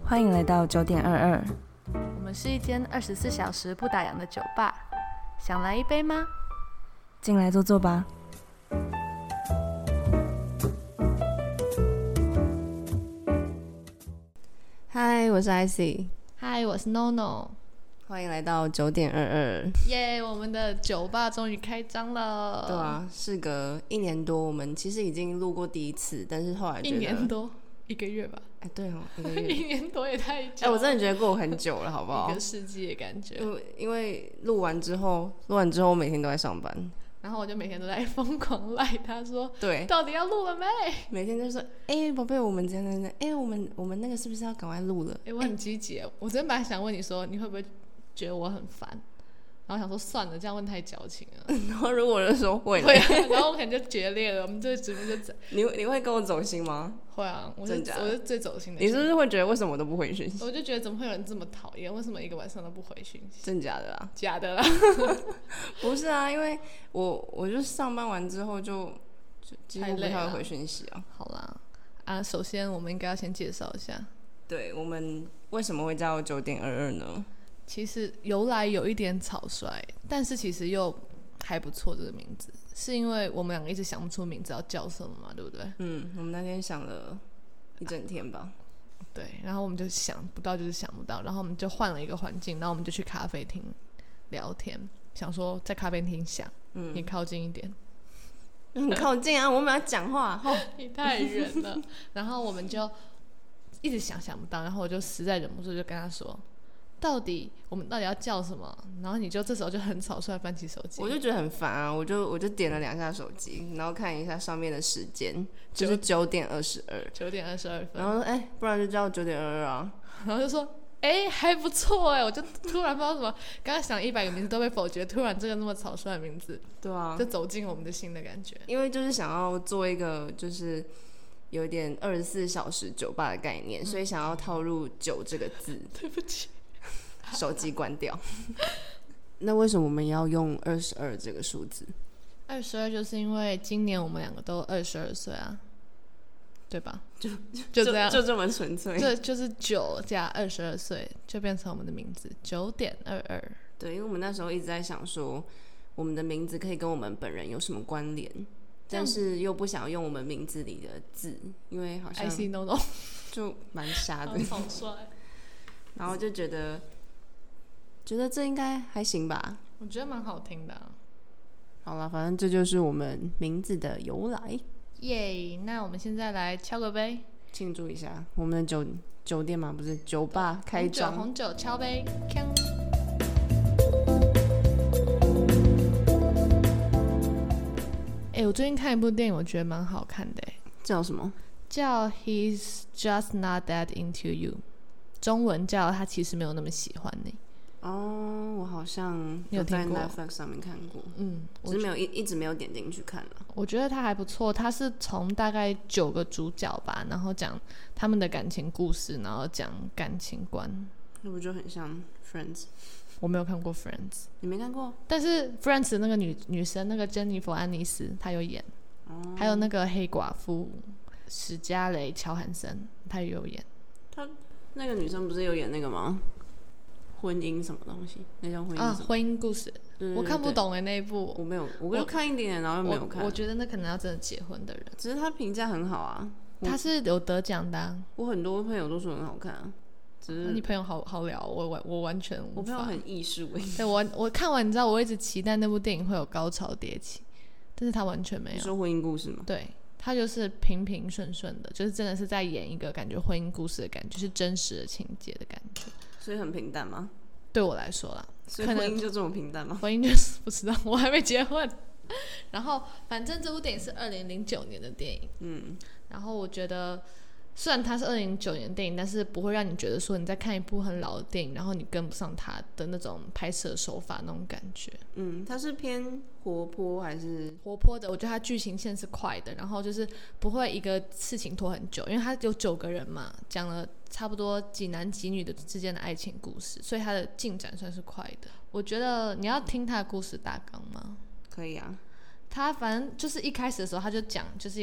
欢迎来到9.22。 我们是一间24小时不打烊的酒吧，想来一杯吗？ 进来坐坐吧。嗨，我是 IC。 嗨，我是 NONO。 欢迎来到9.22。 耶，我们的酒吧终于开张了。 对啊，事隔1年多，我们其实已经录过第一次，但是后来觉得 1年多，1个月吧。 哎，对哦，1个月。 1年多也太久了。 哎，我真的觉得过很久了，好不好？ 1个世纪的感觉。 因为录完之后，我每天都在上班。 然后我就每天都在疯狂赖他说， 对， 到底要录了没？ 每天就说，宝贝，我们这样，我们那个是不是要赶快录了？ 我很积极，我真的本来想问你说，你会不会觉得我很烦？然后想说算了，这样问太矫情了。 然后如果我就说会， 然后我可能就决裂了，我们这个节目就你会跟我走心吗？ 会啊，我是最走心的。 你是不是会觉得为什么我都不回讯息？ 我就觉得怎么会有人这么讨厌？为什么一个晚上都不回讯息？ 真假的啦？ 假的啦。 不是啊，因为我就上班完之后就几乎不太会回讯息啊。 好啦，首先我们应该要先介绍一下， 对，我们为什么会叫9.22呢？ 其实由来有一点草率，但是其实又还不错。这个名字是因为我们两个一直想不出名字要叫什么嘛，对不对？ 我们那天想了一整天吧。 对，然后我们就想不到，就是想不到，然后我们就换了一个环境，然后我们就去咖啡厅聊天，想说在咖啡厅想，你靠近一点。 很靠近啊，我们要讲话。 你太远了。然后我们就一直想不到，然后我就实在忍不住就跟他说，我们到底要叫什么？然后你就这时候就很草率翻起手机， 我就觉得很烦啊，我就点了2下手机，然后看一下上面的时间，就是9:22。 9:22分。 然后说不然就叫9.22啊。 然后就说还不错我就突然不知道什么，刚刚想100个名字都被否决，突然这个那么草率的名字， 对啊， 就走进我们的心的感觉。 因为就是想要做一个就是有点24小时酒吧的概念，所以想要套入酒这个字。 对不起。 手机关掉。那为什么我们要用22这个数字 ？22就是因为今年我们2个都22岁啊，对吧？就这样， 就这么纯粹。 这就是9加22岁，就变成我们的名字9.22。 对，因为我们那时候一直在想说，我们的名字可以跟我们本人有什么关联，但是又不想用我们名字里的字，因为好像 I see no no 就蛮瞎的。 好帅。 然后就觉得这应该还行吧。 我觉得蛮好听的啊。 好了，反正这就是我们名字的由来。 耶！那我们现在来敲个杯， 庆祝一下我们的酒店嘛，不是酒吧开张。 红酒敲杯，锵！我最近看一部电影，我觉得蛮好看的。 叫什么？ 叫 He's Just Not That Into You， 中文叫他其实没有那么喜欢你。我好像有在 Netflix 上面看过，只是一直没有点进去看了。我觉得他还不错，他是从大概9个主角吧，然后讲他们的感情故事，然后讲感情观。 那不就很像 Friends？ 我没有看过 Friends。 你没看过？ 但是 Friends 那个女生那个珍妮弗·安妮斯她有演，还有那个黑寡妇史嘉蕾·乔韩森她也有演。 她那个女生不是有演那个吗？婚姻什么东西？那叫婚姻什么？ 婚姻故事。对，我看不懂那一部。 我没有，我就看一点，然后又没有看。 我觉得那可能要真的结婚的人。 只是他评价很好啊， 他是有得奖的啊。 我很多朋友都说很好看啊。只是你朋友好聊，我完全无法。 我朋友很艺术对，我看完，你知道，我一直期待那部电影会有高潮迭起，但是他完全没有。 你说婚姻故事吗？ 对，他就是平平顺顺的，就是真的是在演一个感觉婚姻故事的感觉，是真实的情节的感觉。 所以很平淡吗？ 对我来说啦， 所以婚姻就这么平淡吗？ 婚姻就是不知道，我还没结婚。然后反正这部电影是2009年的电影，然后我觉得虽然它是2009年的电影，但是不会让你觉得说你在看一部很老的电影，然后你跟不上它的那种拍摄手法那种感觉。 它是偏活泼还是活泼的？我觉得它剧情线是快的，然后就是不会一个事情拖很久，因为它有9个人嘛，讲了差不多几男几女的之间的爱情故事，所以它的进展算是快的。我觉得你要听它的故事大纲吗？ 可以啊。 他反正就是一开始的时候他就讲，就是一个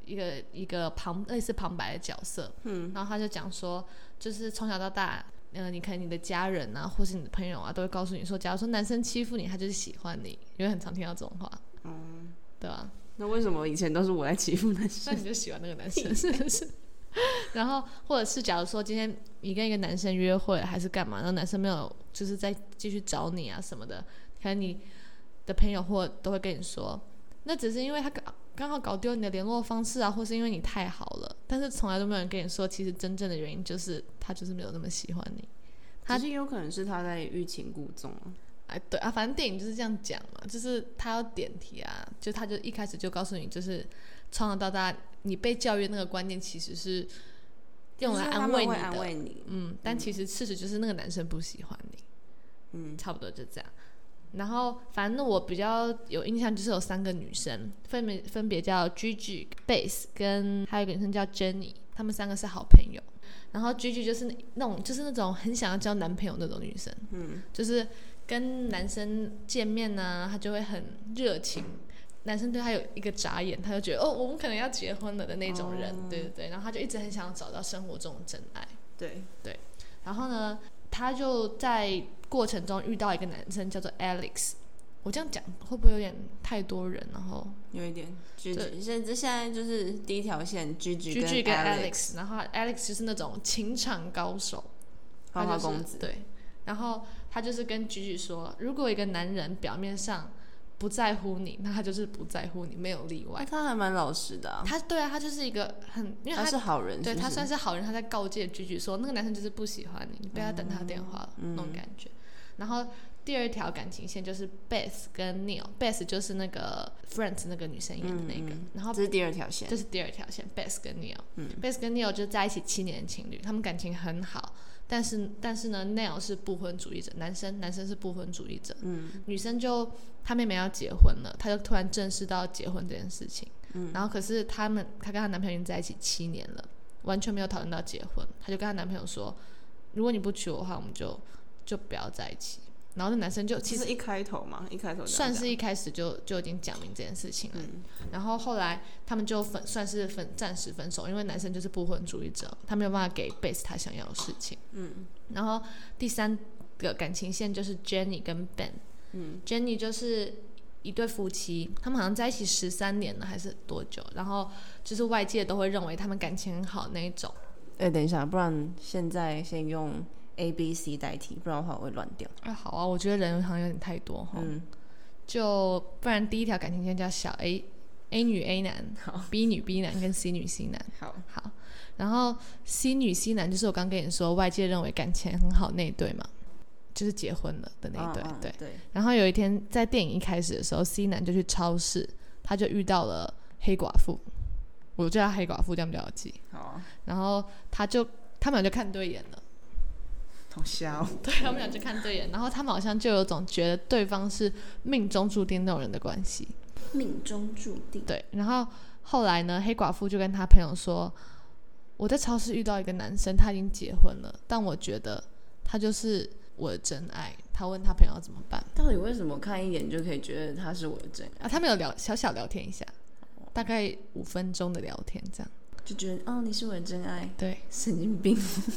一个类似旁白的角色，然后他就讲说，就是从小到大，你可能你的家人啊，或是你的朋友啊，都会告诉你说，假如说男生欺负你，他就是喜欢你，因为很常听到这种话，对吧？ 那为什么以前都是我在欺负男生？ 那你就喜欢那个男生是不是？然后或者是假如说今天你跟一个男生约会还是干嘛，然后男生没有就是再继续找你啊什么的，可能你的朋友或都会跟你说，那只是因为他刚好搞丢你的联络方式啊，或是因为你太好了，但是从来都没有人跟你说，其实真正的原因就是他就是没有那么喜欢你。 其实有可能是他在欲擒故纵啊。 对啊，反正电影就是这样讲嘛，就是他要点题啊，就他就一开始就告诉你，就是从小到大你被教育那个观念其实是用来安慰你的，但其实事实就是那个男生不喜欢你，差不多就这样。然后反正我比较有印象就是有3个女生，分别叫 Gigi、Bess 跟还有一个女生叫 Jenny， 她们3个是好朋友。然后 Gigi 就是那种很想要交男朋友那种女生，就是跟男生见面啊，她就会很热情，男生对她有一个眨眼，她就觉得我们可能要结婚了的那种人，对对对。然后她就一直很想找到生活中的真爱， 对对。然后呢，她就在过程中遇到一个男生叫做 Alex， 我这样讲会不会有点太多人？然后有一点，Gigi现在就是第一条线 Gigi 跟 Alex， 然后 Alex 就是那种情场高手， 花花公子， 对。然后他就是跟 Gigi 说，如果一个男人表面上不在乎你，那他就是不在乎你，没有例外。 他还蛮老实的啊。 对啊，他就是一个因为他是好人， 对，他算是好人，他在告诫 Gigi 说，那个男生就是不喜欢你，你不要等他电话了，那种感觉。然后第二条感情线就是 Beth 跟 Neil，Beth 就是那个 Friends 那个女生演的那个，然后这是第二条线， 这是第二条线 Beth 跟 Neil，Beth 跟 Neil 就在一起7年的情侣，他们感情很好，但是呢 Neil 是不婚主义者，男生是不婚主义者，女生就她妹妹要结婚了，她就突然正视到结婚这件事情，然后可是她跟她男朋友已经在一起7年了，完全没有讨论到结婚，她就跟她男朋友说，如果你不娶我的话，我们就不要在一起。然后那男生就其实一开头嘛， 算是一开始就已经讲明这件事情了。然后后来他们就算是暂时分手，因为男生就是不婚主义者，他没有办法给 Bess 他想要的事情。然后第3个感情线就是 Jenny 跟 Ben。Jenny 就是一对夫妻，他们好像在一起13年了还是多久？然后就是外界都会认为他们感情很好那一种。 等一下，不然现在先用ABC 代替，不然的话我会乱掉。 好啊，我觉得人好像有点太多哈。就不然第一条感情线叫小 A 女 A 男，B 女 B 男跟 C 女 C 男。好，然后 C 女 C 男就是我刚跟你说外界认为感情很好那一对嘛，就是结婚了的那一对。对。然后有一天在电影一开始的时候 ，C 男就去超市，他就遇到了黑寡妇，我叫他黑寡妇，这样比较好记。好。然后他们俩就看对眼了。 好瞎哦！ 对，他们俩就看对眼，然后他们好像就有种觉得对方是命中注定那种人的关系。 命中注定。 对，然后后来呢，黑寡妇就跟他朋友说：“我在超市遇到一个男生，他已经结婚了，但我觉得他就是我的真爱。”他问他朋友要怎么办？ 到底为什么看一眼就可以觉得他是我的真爱？ 他们有小聊天一下，大概5分钟的聊天，这样就觉得你是我的真爱。 对， 神经病。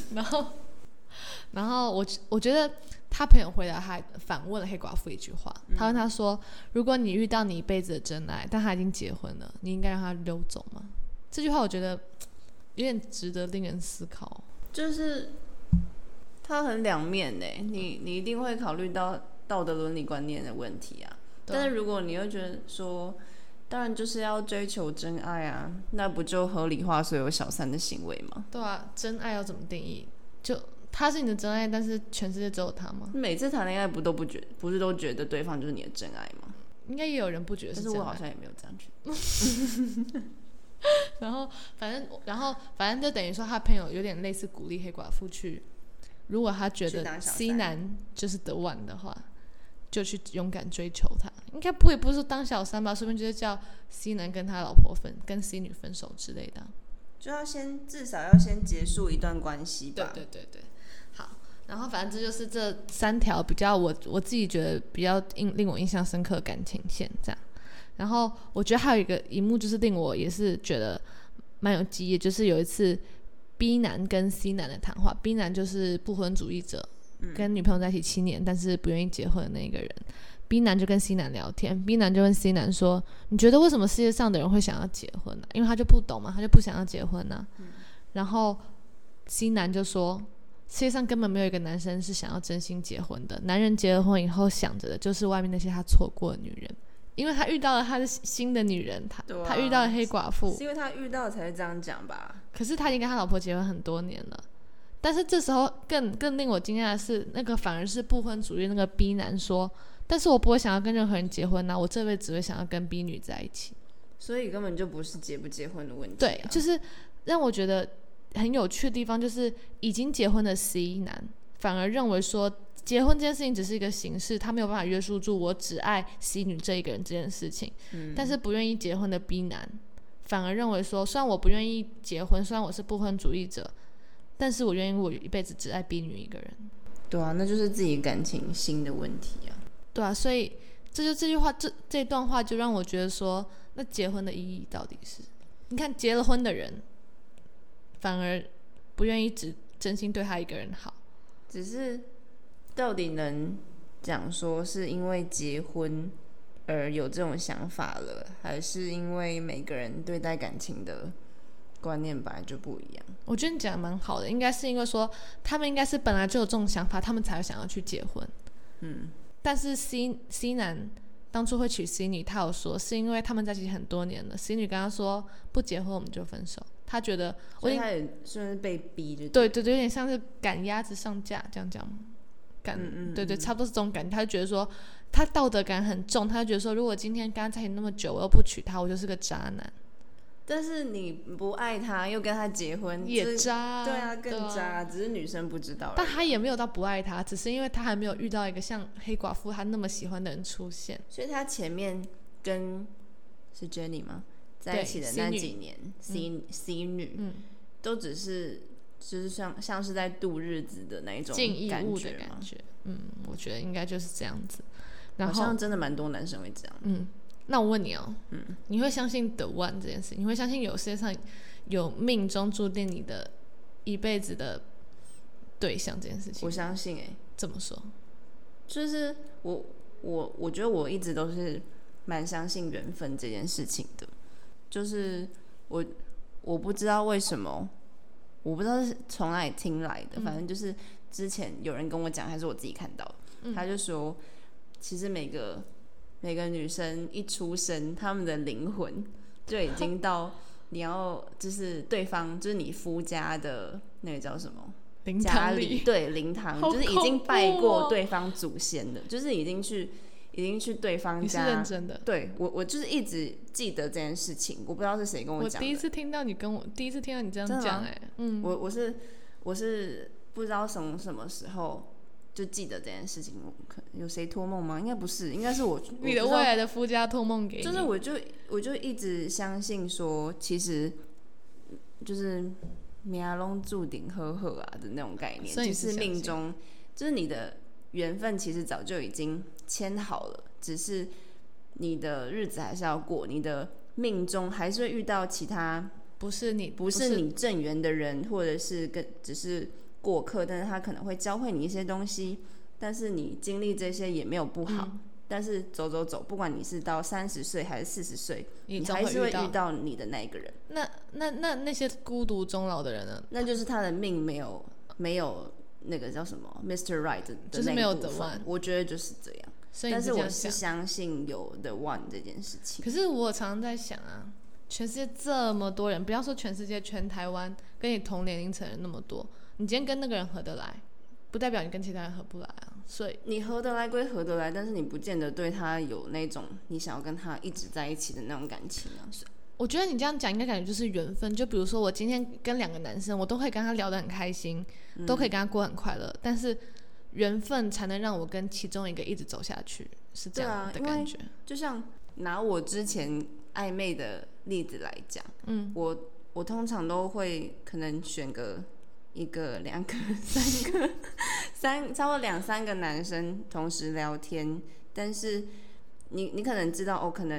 然后我觉得他朋友回答他反问了黑寡妇一句话，他问他说：“如果你遇到你一辈子的真爱，但他已经结婚了，你应该让他溜走吗？”这句话我觉得有点值得令人思考。 就是他很两面耶，你一定会考虑到道德伦理观念的问题啊。但是如果你又觉得说，当然就是要追求真爱啊，那不就合理化所有小三的行为吗？ 对啊，真爱要怎么定义？就他是你的真爱，但是全世界只有他吗？ 每次谈恋爱不是都觉得对方就是你的真爱吗？ 应该也有人不觉得是真爱， 但是我好像也没有这样觉得。 然后反正就等于说，他朋友有点类似鼓励黑寡妇去，如果他觉得 C 男就是 the one 的话，就去勇敢追求他。应该不是当小三吧？说不定就是叫 C 男跟他老婆跟 C 女分手之类的。 就要至少要先结束一段关系吧。 对，好，然后反正这就是这3条比较我自己觉得比较令我印象深刻的感情线这样。然后我觉得还有一幕就是令我也是觉得蛮有记忆，就是有一次 B 男跟 C 男的谈话。 B 男就是不婚主义者，跟女朋友在一起7年但是不愿意结婚的那个人。 B 男就跟 C 男聊天， B 男就问 C 男说，你觉得为什么世界上的人会想要结婚因为他就不懂嘛，他就不想要结婚然后 C 男就说，世界上根本没有一个男生是想要真心结婚的，男人结了婚以后想着的就是外面那些他错过的女人，因为他遇到了他的新的女人，他遇到了黑寡妇， 是因为他遇到才会这样讲吧。 可是他已经跟他老婆结婚很多年了。但是这时候更令我惊讶的是，那个反而是不婚主义那个 B 男说，但是我不会想要跟任何人结婚我这辈子只会想要跟 B 女在一起。 所以根本就不是结不结婚的问题对，就是让我觉得很有趣的地方，就是已经结婚的 C 男反而认为说结婚这件事情只是一个形式，他没有办法约束住我只爱 C 女这一个人这件事情但是不愿意结婚的 B 男反而认为说，虽然我不愿意结婚，虽然我是不婚主义者，但是我愿意我一辈子只爱 B 女一个人。 对啊，那就是自己感情心的问题啊。 对啊，所以这句话这段话就让我觉得说，那结婚的意义到底是，你看结了婚的人反而不愿意只真心对他一个人好。 只是到底能讲说是因为结婚而有这种想法了，还是因为每个人对待感情的观念本来就不一样？ 我觉得你讲的蛮好的，应该是因为说他们应该是本来就有这种想法，他们才会想要去结婚。但是 C 男当初会娶 C 女，他有说是因为他们在一起很多年了， C 女跟他说不结婚我们就分手，他觉得所以他也算是被逼的。 对，有点像是赶鸭子上架这样讲，对，差不多是这种感觉。他就觉得说他道德感很重，他就觉得说如果今天跟他在一起那么久我又不娶他，我就是个渣男。 但是你不爱他又跟他结婚也渣对啊，更渣只是女生不知道而已。 但他也没有到不爱他，只是因为他还没有遇到一个像黑寡妇他那么喜欢的人出现。 所以他前面跟是 Jenny 吗在一起的那几年 C 女都只是就是像是在度日子的那种尽义务的感觉。我觉得应该就是这样子。然后好像真的蛮多男生会这样。 那我问你你会相信 The One 这件事？你会相信有世界上有命中注定你的一辈子的对象这件事情？ 我相信怎么说？ 就是我觉得我一直都是蛮相信缘分这件事情的。就是我不知道为什么，我不知道是从哪里听来的，反正就是之前有人跟我讲，还是我自己看到的，他就说其实每个女生一出生，她们的灵魂就已经到你要就是对方就是你夫家的那个叫什么灵堂里， 对，灵堂就是已经拜过对方祖先的，就是已经去对方家。 你是认真的？ 对，我就是一直记得这件事情，我不知道是谁跟我讲的。 我第一次听到你这样讲我是不知道从什么时候就记得这件事情。有谁托梦吗？应该不是，应该是我你的未来的夫家托梦给你。 就是我就一直相信说，其实就是命中注定好好啊的那种概念，就是命中就是你的缘分其实早就已经签好了，只是你的日子还是要过，你的命中还是会遇到其他不是你正缘的人，或者是只是过客，但是他可能会教会你一些东西，但是你经历这些也没有不好。但是走，不管你是到30岁还是40岁，你还是会遇到你的那一个人。 那些孤独终老的人呢？ 那就是他的命没有那个叫什么 Mr. Right 的那就是没有 The One。 我觉得就是这样。但是我是相信有 The One 这件事情。 可是我常常在想啊，全世界这么多人，不要说全世界，全台湾跟你同年龄层人那么多，你今天跟那个人合得来，不代表你跟其他人合不来啊。所以你合得来归合得来，但是你不见得对他有那种你想要跟他一直在一起的那种感情啊。 我觉得你这样讲应该感觉就是缘分。就比如说我今天跟2个男生，我都可以跟他聊得很开心，都可以跟他过很快乐，但是缘分才能让我跟其中一个一直走下去，是这样的感觉。 就像拿我之前暧昧的例子来讲，我通常都会可能选个1个、2个、3个差不多2、3个男生同时聊天，但是你可能知道可能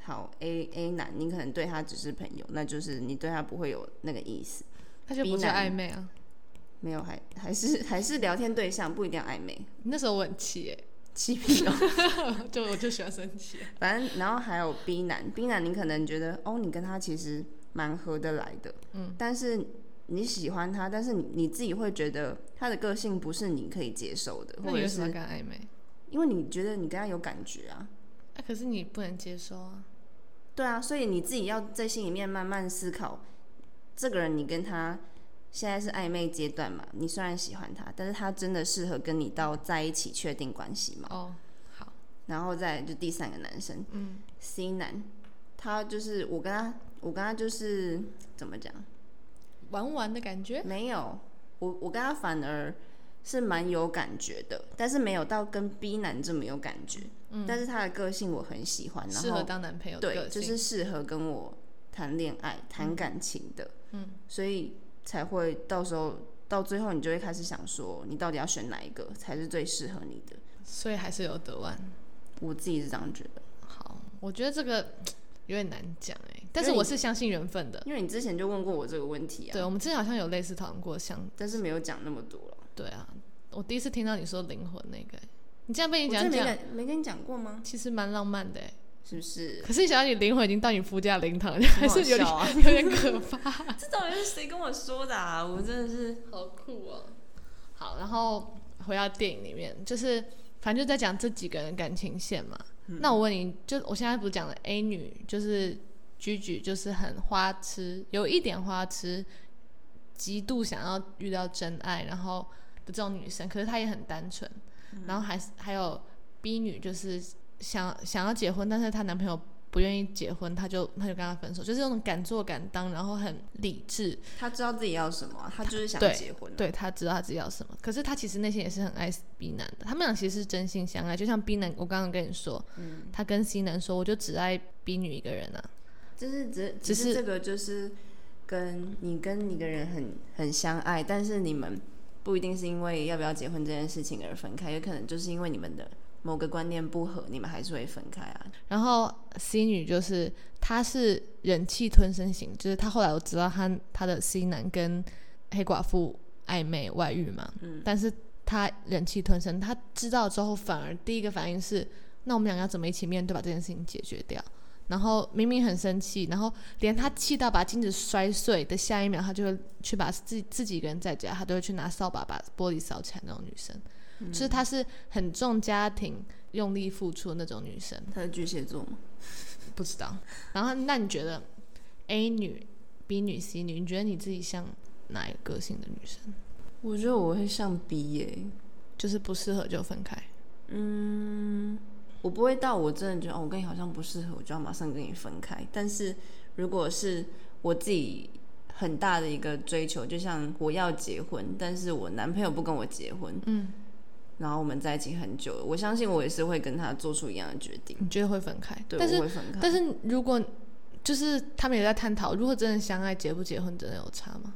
好 A 男，你可能对他只是朋友，那就是你对他不会有那个意思。 他就不是暧昧啊？ 没有，还是聊天对象，不一定要暧昧。 那时候我很气耶， 气屁哦！ 我就喜欢生气。 反正然后还有 B 男你可能觉得你跟他其实蛮合得来的，但是你喜欢他，但是你自己会觉得他的个性不是你可以接受的， 或者是为什么跟他暧昧？ 因为你觉得你跟他有感觉啊。 可是你不能接受啊。 对啊，所以你自己要在心里面慢慢思考，这个人你跟他现在是暧昧阶段嘛？你虽然喜欢他，但是他真的适合跟你到在一起确定关系吗？ 好。 然后再来就第三个男生，C 男，他就是我跟他就是怎么讲？ 玩玩的感觉？ 没有，我跟他反而是蛮有感觉的，但是没有到跟 B 男这么有感觉。但是他的个性我很喜欢，然后适合当男朋友的个性， 对，就是适合跟我谈恋爱、谈感情的。所以才会到时候到最后，你就会开始想说，你到底要选哪一个才是最适合你的？ 所以还是有得玩， 我自己是这样觉得。 好，我觉得这个有点难讲但是我是相信缘分的， 因为你之前就问过我这个问题啊。 对，我们之前好像有类似讨论过，但是没有讲那么多了。 对啊，我第一次听到你说灵魂那个，你这样被你讲， 没跟你讲过吗？ 其实蛮浪漫的是不是？ 可是你想到你灵魂已经到你夫家灵堂，还是有点可怕。 这到底是谁跟我说的啊？我真的是好酷哦。好，然后回到电影里面，就是反正就在讲这几个人感情线嘛。那我问你，就我现在不是讲了 A 女，就是居居，就是很花痴，有一点花痴，极度想要遇到真爱，然后的这种女生，可是她也很单纯。然后还有 B 女，就是想要结婚，但是她男朋友不愿意结婚，她就跟他分手，就是那种敢做敢当，然后很理智。 她知道自己要什么，她就是想结婚。 对，她知道她自己要什么，可是她其实内心也是很爱 B 男的。他们俩其实是真心相爱，就像 B 男，我刚刚跟你说，他跟 C 男说，我就只爱 B 女一个人啊。 就是只是这个就是跟你的人很相爱，但是你们不一定是因为要不要结婚这件事情而分开，有可能就是因为你们的某个观念不合，你们还是会分开啊。 然后 C 女就是她是忍气吞声型，就是她后来我知道她的 C 男跟黑寡妇暧昧外遇嘛，但是她忍气吞声，她知道之后反而第一个反应是，那我们俩要怎么一起面对把这件事情解决掉。然后明明很生气，然后连他气到把镜子摔碎的下一秒，他就会去把自己一个人在家，他都会去拿扫把把玻璃扫起来那种女生。就是她是很重家庭用力付出的那种女生。 她是巨蟹座吗？ 不知道。然后那你觉得 A 女 B 女 C 女，你觉得你自己像哪一个个性的女生？ 我觉得我会像 B 耶， 就是不适合就分开。 我不会到我真的觉得我跟你好像不适合，我就要马上跟你分开。但是如果是我自己很大的一个追求，就像我要结婚，但是我男朋友不跟我结婚，然后我们在一起很久了，我相信我也是会跟他做出一样的决定。 你觉得会分开？ 对，我会分开。 但是如果就是他们也在探讨，如果真的相爱，结不结婚真的有差吗？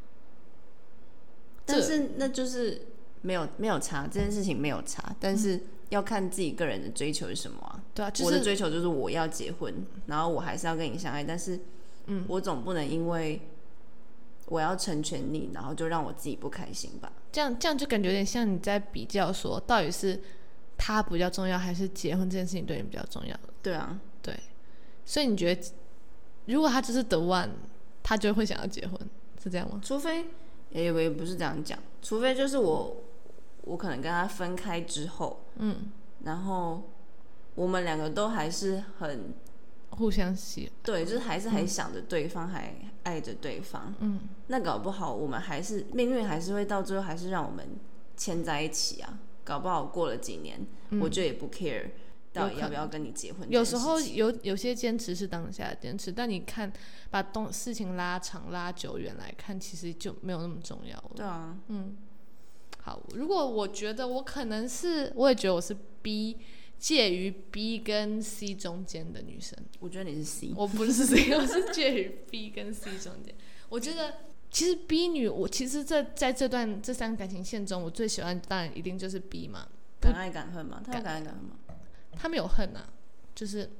但是那就是没有差，这件事情没有差，但是要看自己个人的追求是什么啊。 对啊， 我的追求就是我要结婚，然后我还是要跟你相爱，但是我总不能因为我要成全你，然后就让我自己不开心吧。 这样就感觉有点像你在比较说，到底是他比较重要，还是结婚这件事情对你比较重要？ 对啊， 对。所以你觉得，如果他就是 the one， 他就会想要结婚，是这样吗？ 除非也不是这样讲，除非就是我可能跟他分开之后，然后我们两个都还是很互相喜， 对，就是还想着对方，还爱着对方，那搞不好我们还是命运还是会到最后还是让我们牵在一起啊。搞不好过了几年，我就也不 care 到底要不要跟你结婚。 有时候有些坚持是当下的坚持，但你看把事情拉长拉久远来看，其实就没有那么重要了。 对啊， 好，如果我觉得我可能是，我也觉得我是 B， 介于 B 跟 C 中间的女生。 我觉得你是 C， 我不是 C， 我是介于 B 跟 C 中间。我觉得其实 B 女，我其实在这三个感情线中，我最喜欢当然一定就是 B 嘛。 敢爱敢恨嘛，她有敢爱敢恨吗？ 她没有恨啊，就是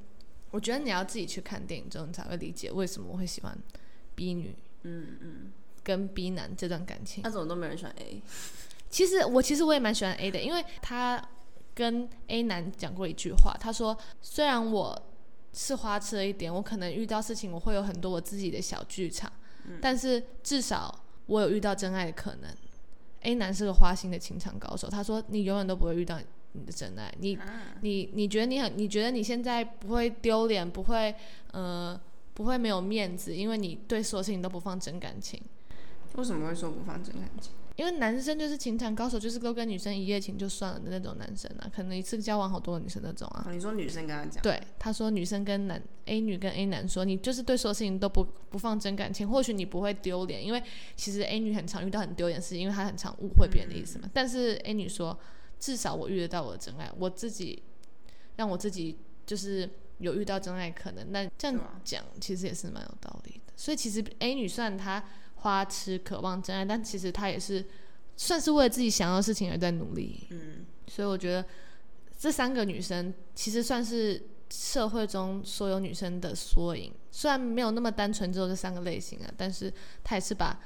我觉得你要自己去看电影之后，你才会理解为什么我会喜欢 B 女，跟 B 男这段感情。 那怎么都没人喜欢 A？ 其实我也蛮喜欢 A 的，因为他跟 A 男讲过一句话，他说虽然我是花痴了一点，我可能遇到事情我会有很多我自己的小剧场，但是至少我有遇到真爱的可能。A 男是个花心的情场高手，他说你永远都不会遇到你的真爱，你觉得你现在不会丢脸，不会没有面子，因为你对所有事情都不放真感情。 为什么会说不放真感情？ 因为男生就是情场高手，就是都跟女生一夜情就算了的那种男生啊，可能一次交往好多个女生那种啊。 你说女生跟他讲？ 对，他说女生跟A 女跟 A 男说，你就是对所有事情都不放真感情，或许你不会丢脸，因为其实 A 女很常遇到很丢脸的事情，因为她很常误会别人的意思嘛。但是 A 女说，至少我遇得到我的真爱，我自己让我自己就是有遇到真爱可能。那这样讲其实也是蛮有道理的。所以其实 A 女虽然她花痴渴望真爱，但其实她也是算是为了自己想要的事情而在努力。所以我觉得这3个女生其实算是社会中所有女生的缩影，虽然没有那么单纯只有这3个类型啊，但是她也是把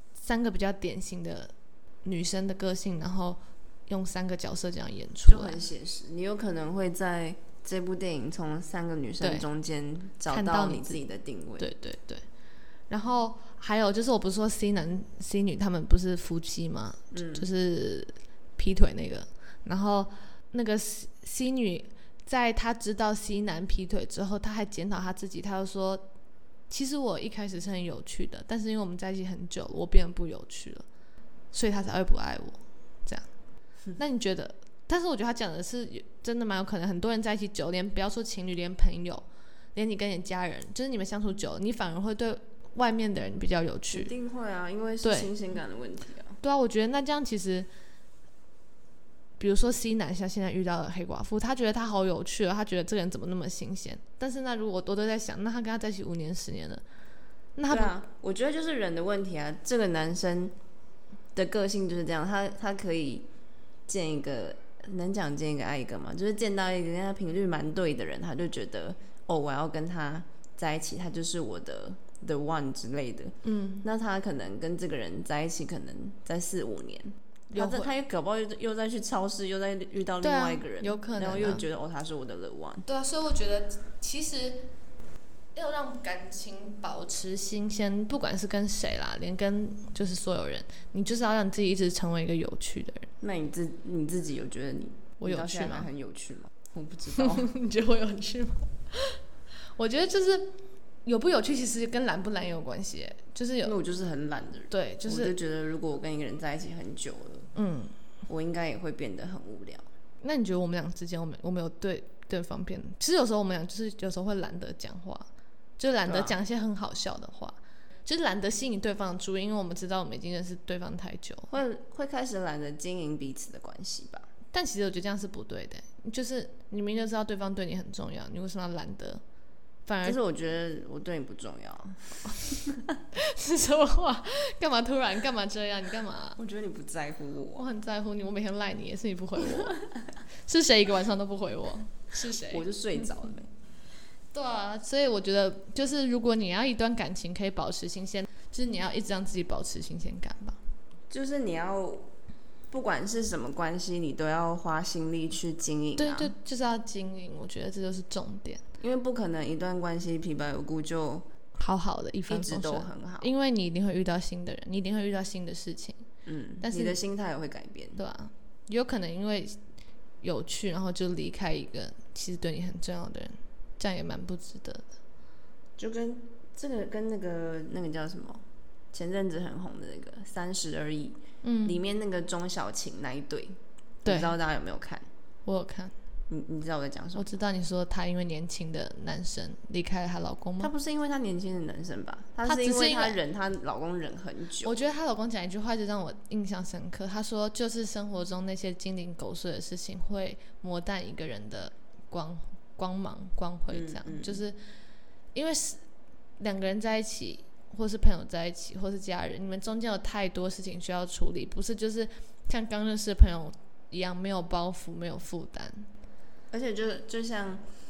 3个比较典型的女生的个性，然后用3个角色这样演出来， 就很写实。你有可能会在这部电影从3个女生中间找到你自己的定位。 对对对。然后还有就是，我不是说 C 男 C 女他们不是夫妻吗？就是劈腿那个。然后那个 C 女在她知道 C 男劈腿之后，她还检讨她自己，她就说：“其实我一开始是很有趣的，但是因为我们在一起很久了，我变得不有趣了，所以他才会不爱我。”这样。那你觉得？但是我觉得他讲的是真的蛮有可能，很多人在一起久，连不要说情侣，连朋友，连你跟你家人，就是你们相处久了，你反而会对外面的人比较有趣。 一定会啊，因为是新鲜感的问题啊。 对啊，我觉得那这样其实，比如说 C 男现在遇到了黑寡妇，他觉得他好有趣哦，他觉得这个人怎么那么新鲜。但是那如果我都在想，那他跟他在一起5年10年了，那他对啊，我觉得就是人的问题啊。这个男生的个性就是这样，他可以见一个爱一个嘛，就是见到一个跟他频率蛮对的人，他就觉得我要跟他在一起，他就是我的The One 之类的。那他可能跟这个人在一起，可能在4、5年，他也搞不好又再去超市，又再遇到另外一个人， 有可能然后又觉得他是我的 The One。 对啊，所以我觉得其实要让感情保持新鲜，不管是跟谁啦，连跟就是所有人，你就是要让你自己一直成为一个有趣的人。 那你自己有觉得我有趣吗？ 很有趣吗？我不知道。 你觉得我有趣吗？我觉得就是有不有趣，其实跟懒不懒也有关系。就是因为我就是很懒的人。 对，我就觉得如果我跟一个人在一起很久了，我应该也会变得很无聊。 那你觉得我们俩之间，我们有对方面？其实有时候我们俩就是有时候会懒得讲话，就懒得讲一些很好笑的话，就是懒得吸引对方的注意，因为我们知道我们已经认识对方太久， 会开始懒得经营彼此的关系吧。 但其实我觉得这样是不对的，就是你明明就知道对方对你很重要，你为什么要懒得？反而就是我觉得我对你不重要。 是什么话？干嘛突然？干嘛这样？你干嘛？ 我觉得你不在乎我。 我很在乎你，我每天赖你也是你不回我。是谁一个晚上都不回我？是谁？ 我就睡着了。 对啊，所以我觉得就是如果你要一段感情可以保持新鲜，就是你要一直让自己保持新鲜感吧。 就是你要不管是什么关系，你都要花心力去经营。 对，就是要经营，我觉得这就是重点。 因为不可能一段关系平白无故就好好的一帆风顺， 一直都很好。 因为你一定会遇到新的人，你一定会遇到新的事情。但是你的心态也会改变。 对啊，有可能因为有趣，然后就离开一个其实对你很重要的人，这样也蛮不值得的。 就跟这个跟那个叫什么，前阵子很红的那个30而已，里面那个钟小琴那一对，不知道大家有没有看？ 我有看。 你知道我在讲什么？ 我知道你说她因为年轻的男生离开了她老公吗？ 她不是因为她年轻的男生吧？她是因为她老公忍很久。 我觉得她老公讲一句话就让我印象深刻，他说就是生活中那些鸡零狗碎的事情会磨淡一个人的光芒光辉，这样就是因为两个人在一起，或是朋友在一起，或是家人，你们中间有太多事情需要处理，不是就是像刚认识的朋友一样没有包袱没有负担。 而且就像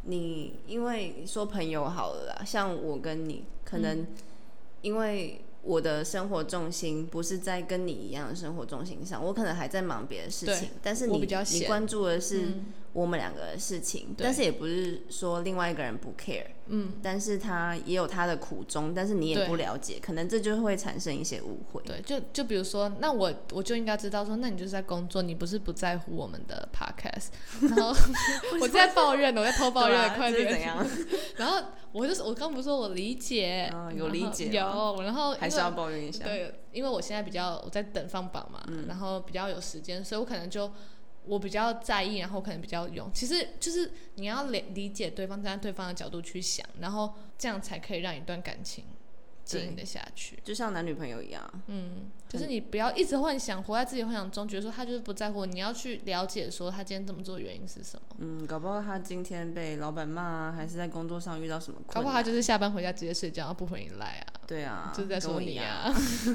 你因为说朋友好了啦，像我跟你可能因为我的生活重心不是在跟你一样的生活重心上，我可能还在忙别的事情，但是你关注的是我们两个的事情，但是也不是说另外一个人不 care，但是他也有他的苦衷，但是你也不了解，可能这就会产生一些误会。 对，就比如说，那我就应该知道说，那你就是在工作，你不是不在乎我们的 podcast， 然后我在抱怨，我在偷抱怨，快点，怎样？然后我刚不是说我理解， 有理解， 有，然后还是要抱怨一下。 对，因为我现在我在等放榜嘛，然后比较有时间，所以我可能我比较在意，然后可能比较用。其实就是你要理解对方，站在对方的角度去想，然后这样才可以让一段感情经营得下去， 就像男女朋友一样。 就是你不要一直幻想，活在自己幻想中，觉得说他就是不在乎。你要去了解说他今天这么做的原因是什么。 搞不好他今天被老板骂啊，还是在工作上遇到什么困难， 搞不好他就是下班回家直接睡觉，不回你来啊。 对啊， 就是在说你啊。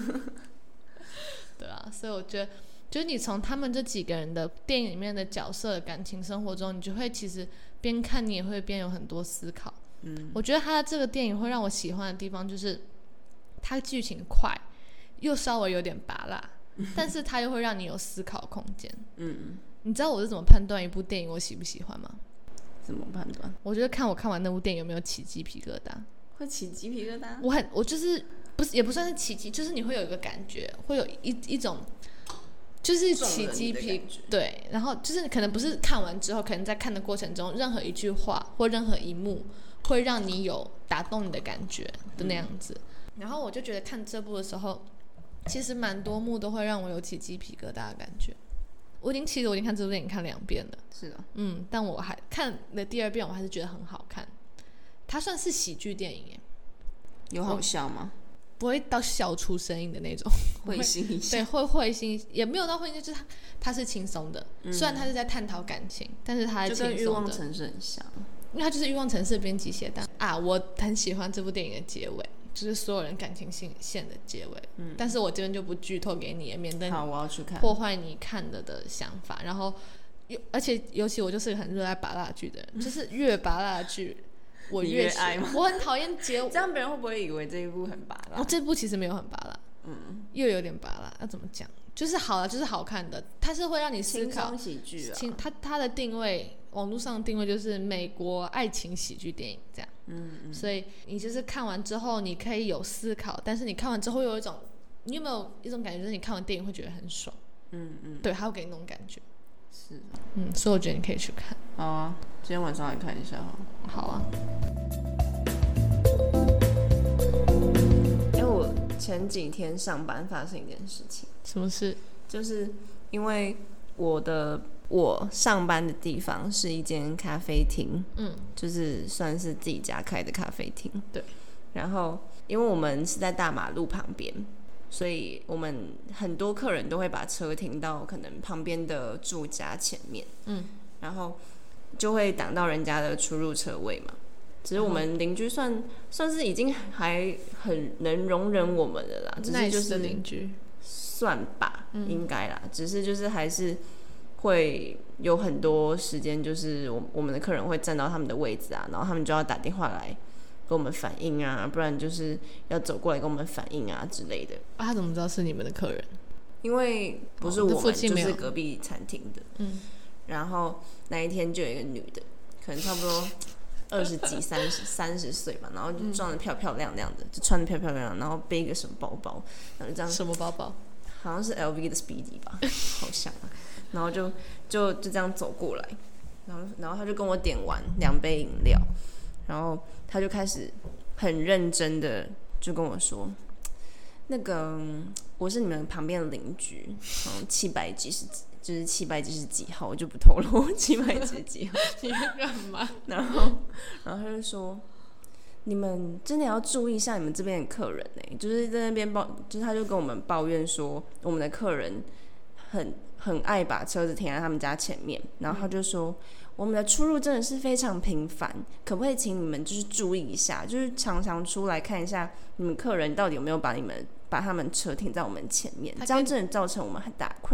对啊，所以我觉得。就是你从他们这几个人的电影里面的角色的感情生活中，你就会其实边看你也会边有很多思考。我觉得他的这个电影会让我喜欢的地方就是他剧情快又稍微有点拔辣，但是他又会让你有思考空间。你知道我是怎么判断一部电影我喜不喜欢吗？ 怎么判断？ 我觉得看我看完那部电影有没有起鸡皮疙瘩。 会起鸡皮疙瘩？ 我就是也不算是起鸡，就是你会有一个感觉，会有一种就是起鸡皮，对，然后就是可能不是看完之后，可能在看的过程中，任何一句话或任何一幕会让你有打动你的感觉的那样子。然后我就觉得看这部的时候，其实蛮多幕都会让我有起鸡皮疙瘩的感觉。我已经看这部电影看2遍了， 是的， 但我还看了第2遍，我还是觉得很好看。它算是喜剧电影耶， 有好笑吗？ 不会到笑出声音的那种， 会心一笑。 对，会心，也没有到会心，就是它是轻松的。虽然它是在探讨感情，但是它是轻松的。就跟欲望城市很像， 因为它就是欲望城市的编辑写的啊。我很喜欢这部电影的结尾，就是所有人感情线的结尾。但是我这边就不剧透给你，免得好，我要去看， 破坏你看的想法。然后，而且尤其我就是个很热爱拔蜡剧的人，就是越拔蜡剧。我越爱吗？ 我很讨厌结尾， 这样别人会不会以为这一部很拔辣？ 这部其实没有很拔辣，又有点拔辣。要怎么讲？就是好了，就是好看的，它是会让你思考。 轻松喜剧啊。 它的定位，网络上的定位就是美国爱情喜剧电影这样。所以你就是看完之后，你可以有思考，但是你看完之后有一种，你有没有一种感觉，就是你看完电影会觉得很爽？对，它会给你那种感觉。 是， 所以我觉得你可以去看。 好啊，今天晚上来看一下哈。 好啊。 我前几天上班发生一件事情。 什么事？ 就是因为我上班的地方是一间咖啡厅，就是算是自己家开的咖啡厅。 对。 然后，因为我们是在大马路旁边。所以我们很多客人都会把车停到可能旁边的住家前面，然后就会挡到人家的出入车位嘛。只是我们邻居算是已经还很能容忍我们的啦，只是就是邻居算吧，应该啦。只是就是还是会有很多时间，就是我们的客人会站到他们的位置啊，然后他们就要打电话来跟我们反映啊，不然就是要走过来跟我们反映啊之类的。 他怎么知道是你们的客人？ 因为不是我们，就是隔壁餐厅的。然后那一天就有一个女的，可能差不多20几、30岁吧，然后就装得漂漂亮亮的，就穿得漂漂亮亮，然后背一个什么包包，然后就这样。 什么包包？ 好像是 LV 的 Speedy 吧，好像啊。然后就这样走过来，然后他就跟我点完2杯饮料。然后他就开始很认真的就跟我说，那个我是你们旁边的邻居，700几十就是700几十几号，我就不透露700几十几号。 你要干嘛？ 然后他就说，你们真的要注意一下你们这边的客人就是在那边就是他就跟我们抱怨说，我们的客人很爱把车子停在他们家前面，然后他就说，我们的出入真的是非常频繁，可不可以请你们就是注意一下，就是常常出来看一下你们客人到底有没有把他们车停在我们前面，这样真的造成我们很大的困扰。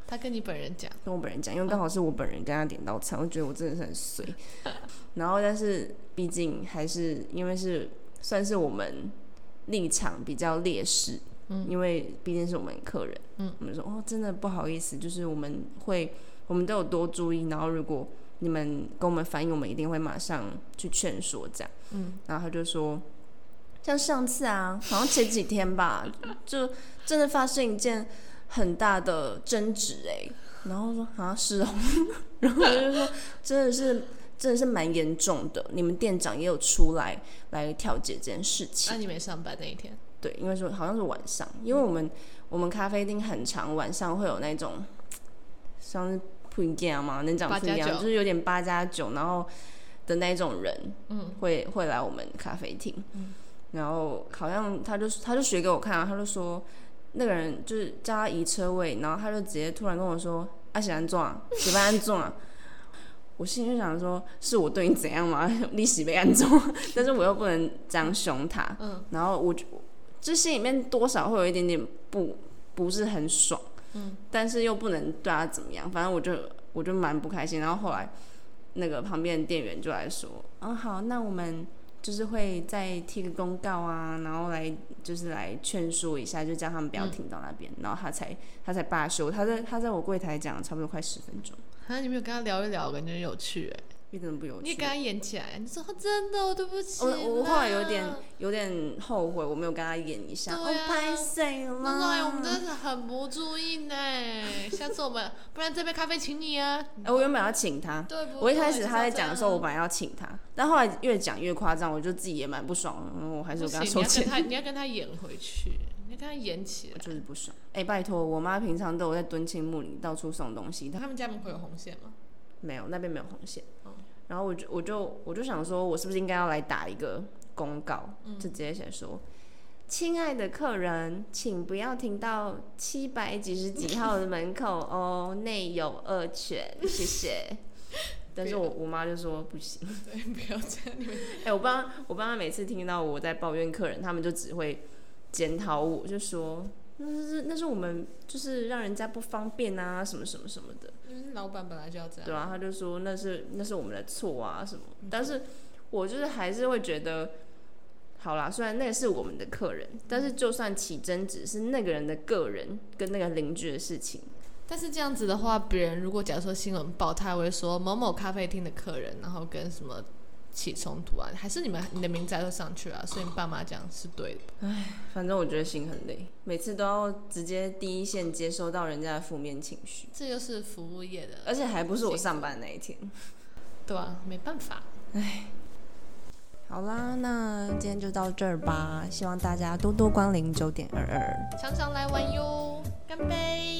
他跟你本人讲？ 跟我本人讲，因为刚好是我本人跟他点到餐，我觉得我真的是很衰。然后，但是毕竟还是因为是算是我们立场比较劣势，因为毕竟是我们客人，我们说真的不好意思，就是我们都有多注意，然后如果你们跟我们反映，我们一定会马上去劝说这样。然后他就说，像上次啊，好像前几天吧，就真的发生一件很大的争执然后说是哦，然后就说真的是蛮严重的，你们店长也有出来调解这件事情。 那你没上班那一天？ 对，因为说好像是晚上，因为我们咖啡厅很常晚上会有那种像是普店嘛，能讲是一样，就是有点8+9，然后的那种人，会来我们咖啡厅，然后好像他就学给我看他就说那个人就是叫他移车位，然后他就直接突然跟我说是安怎啊，是要安怎啊？我心里就想说，是我对你怎样吗？你是要安怎？但是我又不能这样凶他，然后我就心里面多少会有一点点不是很爽，但是又不能对他怎么样，反正我就蛮不开心。然后后来那个旁边的店员就来说，好，那我们就是会再贴个公告啊，然后就是来劝说一下，就叫他们不要停到那边，然后他才罢休。他在我柜台讲差不多快10分钟。 你没有跟他聊一聊，感觉很有趣一点都不有趣。 你也跟他演起来，你说真的，对不起。 我后来有点后悔，我没有跟他演一下。 对啊， 拍谁了？ 我们真的是很不注意呢。下次我们不然这杯咖啡请你啊。 我原本要请他， 对不对？ 我一开始他在讲的时候，我本来要请他，但后来越讲越夸张，我就自己也蛮不爽的，我还是有跟他收钱。 你要跟他演回去。你跟他演起来， 我就是不爽。拜托，我妈平常都有在敦亲睦邻到处送东西。 他们家门口有红线吗？ 没有，那边没有红线。然后我就想说，我是不是应该要来打一个公告，就直接写说，亲爱的客人，请不要停到700几号的门口哦，内有恶犬，谢谢。但是我妈就说不行， 对，不要这样。 我爸妈每次听到我在抱怨客人，他们就只会检讨我，就说那是我们就是让人家不方便啊，什么什么什么的。 老板本来就要这样。 对啊，他就说那是我们的错啊什么。但是我就是还是会觉得，好啦，虽然那个是我们的客人，但是就算起争执是那个人的个人跟那个邻居的事情。 但是这样子的话，别人如果假如说新闻报，他会说某某咖啡厅的客人，然后跟什么起冲突啊，还是你的名字都上去啊，所以你爸妈讲是对的。 反正我觉得心很累，每次都要直接第一线接收到人家的负面情绪， 这就是服务业的， 而且还不是我上班那一天。 对啊，没办法。 好啦，那今天就到这儿吧，希望大家多多光临9.22， 常常来玩哟，干杯。